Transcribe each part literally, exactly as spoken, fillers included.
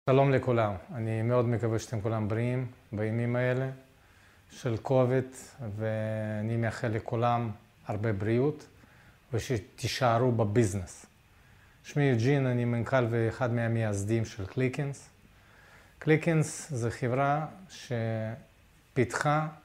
שלום לכולם, אני מאוד מקווה שאתם כולם בריאים בימים האלה של קוביד, ואני מאחל לכולם הרבה בריאות ושתישארו בביזנס. שמי יוג'ין, אני מנכ"ל ואחד מהמייסדים של קליקנס. קליקנס זה חברה שפיתחה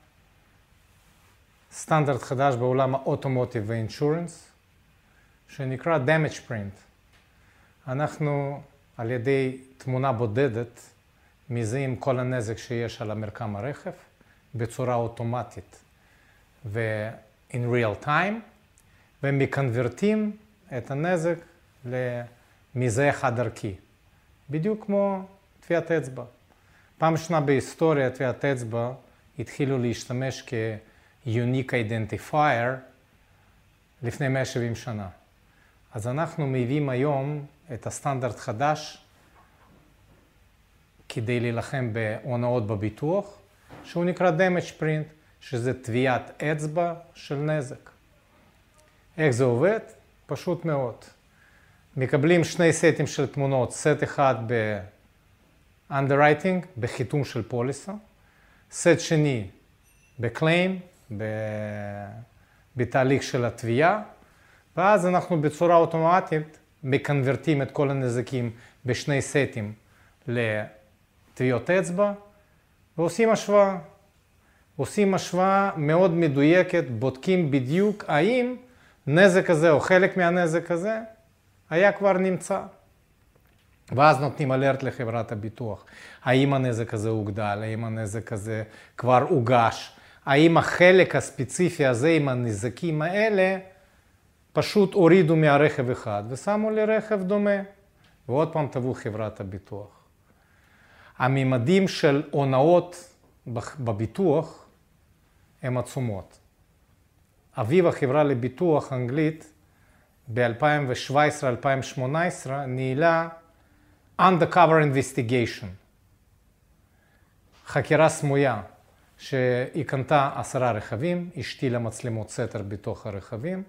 סטנדרט חדש בעולם האוטומוטיב ואינשורנס, שנקרא Damage Print. אנחנו על ידי תמונה בודדת מזהים כל הנזק שיש על המרקם הרכב בצורה אוטומטית ו-in real time, ומקנברטים את הנזק למזהה חד-ערכי, בדיוק כמו טביעת אצבע. פעם שנה בהיסטוריה טביעת אצבע התחילו להשתמש כ-unique identifier לפני מאה ושבעים שנה. אז אנחנו מביאים היום את הסטנדרט חדש כדי להילחם בהונאות בביטוח, שהוא נקרא Damage Print, שזה טביעת אצבע של נזק. איך זה עובד? פשוט מאוד. מקבלים שני סטים של תמונות, סט אחד ב-underwriting, בחיתום של פוליסה, סט שני בקליים, בתהליך של התביעה, ואז אנחנו בצורה אוטומטית מקנברטים את כל הנזקים בשני סטים לטביעות אצבע, ועושים השוואה. עושים השוואה מאוד מדויקת, בודקים בדיוק האם נזק הזה או חלק מהנזק הזה היה כבר נמצא. ואז נותנים אלרט לחברת הביטוח. האם הנזק הזה הוגדל, האם הנזק הזה כבר הוגש, האם החלק הספציפי הזה עם הנזקים האלה פשוט הורידו מהרכב אחד ושמו לרכב דומה. ועוד פעם תבוא חברת הביטוח. הממדים של הונאות בביטוח הם עצומות. אביב החברה לביטוח אנגלית ב-אלפיים שבע עשרה אלפיים שמונה עשרה ניהלה Undercover Investigation. חקירה סמויה שהיא קנתה עשרה רכבים, השתילה מצלמות סתר בתוך הרכבים,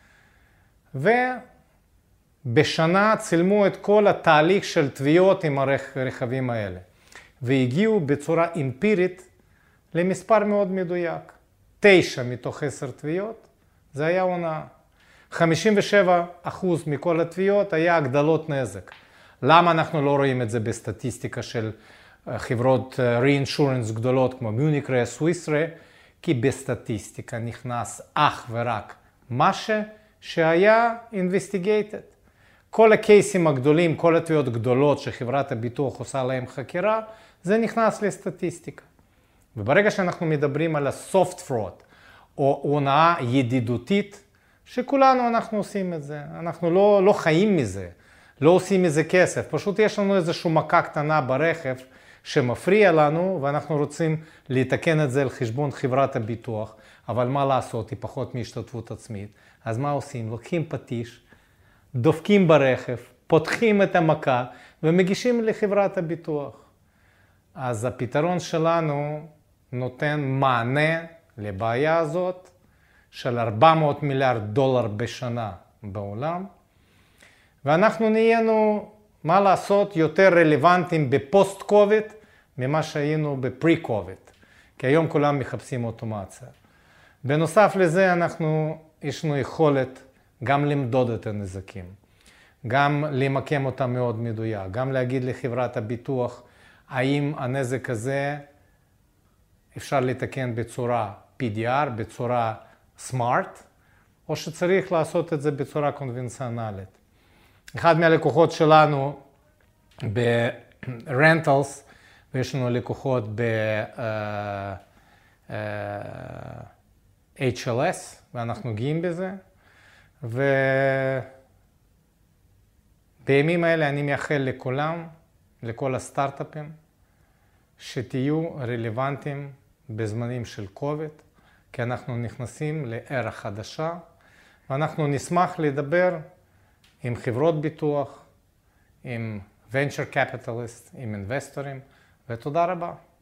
ובשנה צילמו את כל התהליך של תביעות עם הרכבים האלה. והגיעו בצורה אמפירית למספר מאוד מדויק. תשע מתוך עשר תביעות, זה היה הונאה. חמישים ושבע אחוז מכל התביעות היה הגדלות נזק. למה אנחנו לא רואים את זה בסטטיסטיקה של חברות re-insurance גדולות כמו מיוניקרה, סוויסרה? כי בסטטיסטיקה נכנס אך ורק מה ש... שהיה investigated. כל הקייסים הגדולים, כל התביעות גדולות שחברת הביטוח עושה להם חקירה, זה נכנס לסטטיסטיקה. וברגע שאנחנו מדברים על ה-soft fraud, או הונאה ידידותית, שכולנו אנחנו עושים את זה. אנחנו לא, לא חיים מזה, לא עושים מזה כסף. פשוט יש לנו איזושהי מכה קטנה ברכב שמפריע לנו, ואנחנו רוצים לתקן את זה על חשבון חברת הביטוח. אבל מה לעשות? היא פחות מהשתתפות עצמית. אז מה עושים? לוקחים פטיש, דופקים ברכב, פותחים את המכה ומגישים לחברת הביטוח. אז הפתרון שלנו נותן מענה לבעיה הזאת של ארבע מאות מיליארד דולר בשנה בעולם. ואנחנו נהיינו, מה לעשות, יותר רלוונטיים בפוסט-קוביד ממה שהיינו בפרי-קוביד. כי היום כולם מחפשים אוטומציה. בנוסף לזה אנחנו, יש לנו יכולת גם למדוד את הנזקים, גם למקם אותם מאוד מדויק, גם להגיד לחברת הביטוח האם הנזק הזה אפשר לתקן בצורה פי די אר, בצורה סמארט, או שצריך לעשות את זה בצורה קונבנציונלית. אחד מהלקוחות שלנו ברנטלס, ויש לנו לקוחות ב... אייץ' אל אס, ואנחנו גאים בזה, ובימים האלה אני מאחל לכולם, לכל הסטארט-אפים, שתהיו רלוונטיים בזמנים של קוביד, כי אנחנו נכנסים לארה חדשה, ואנחנו נשמח לדבר עם חברות ביטוח, עם venture capitalists, עם אינבסטורים, ותודה רבה.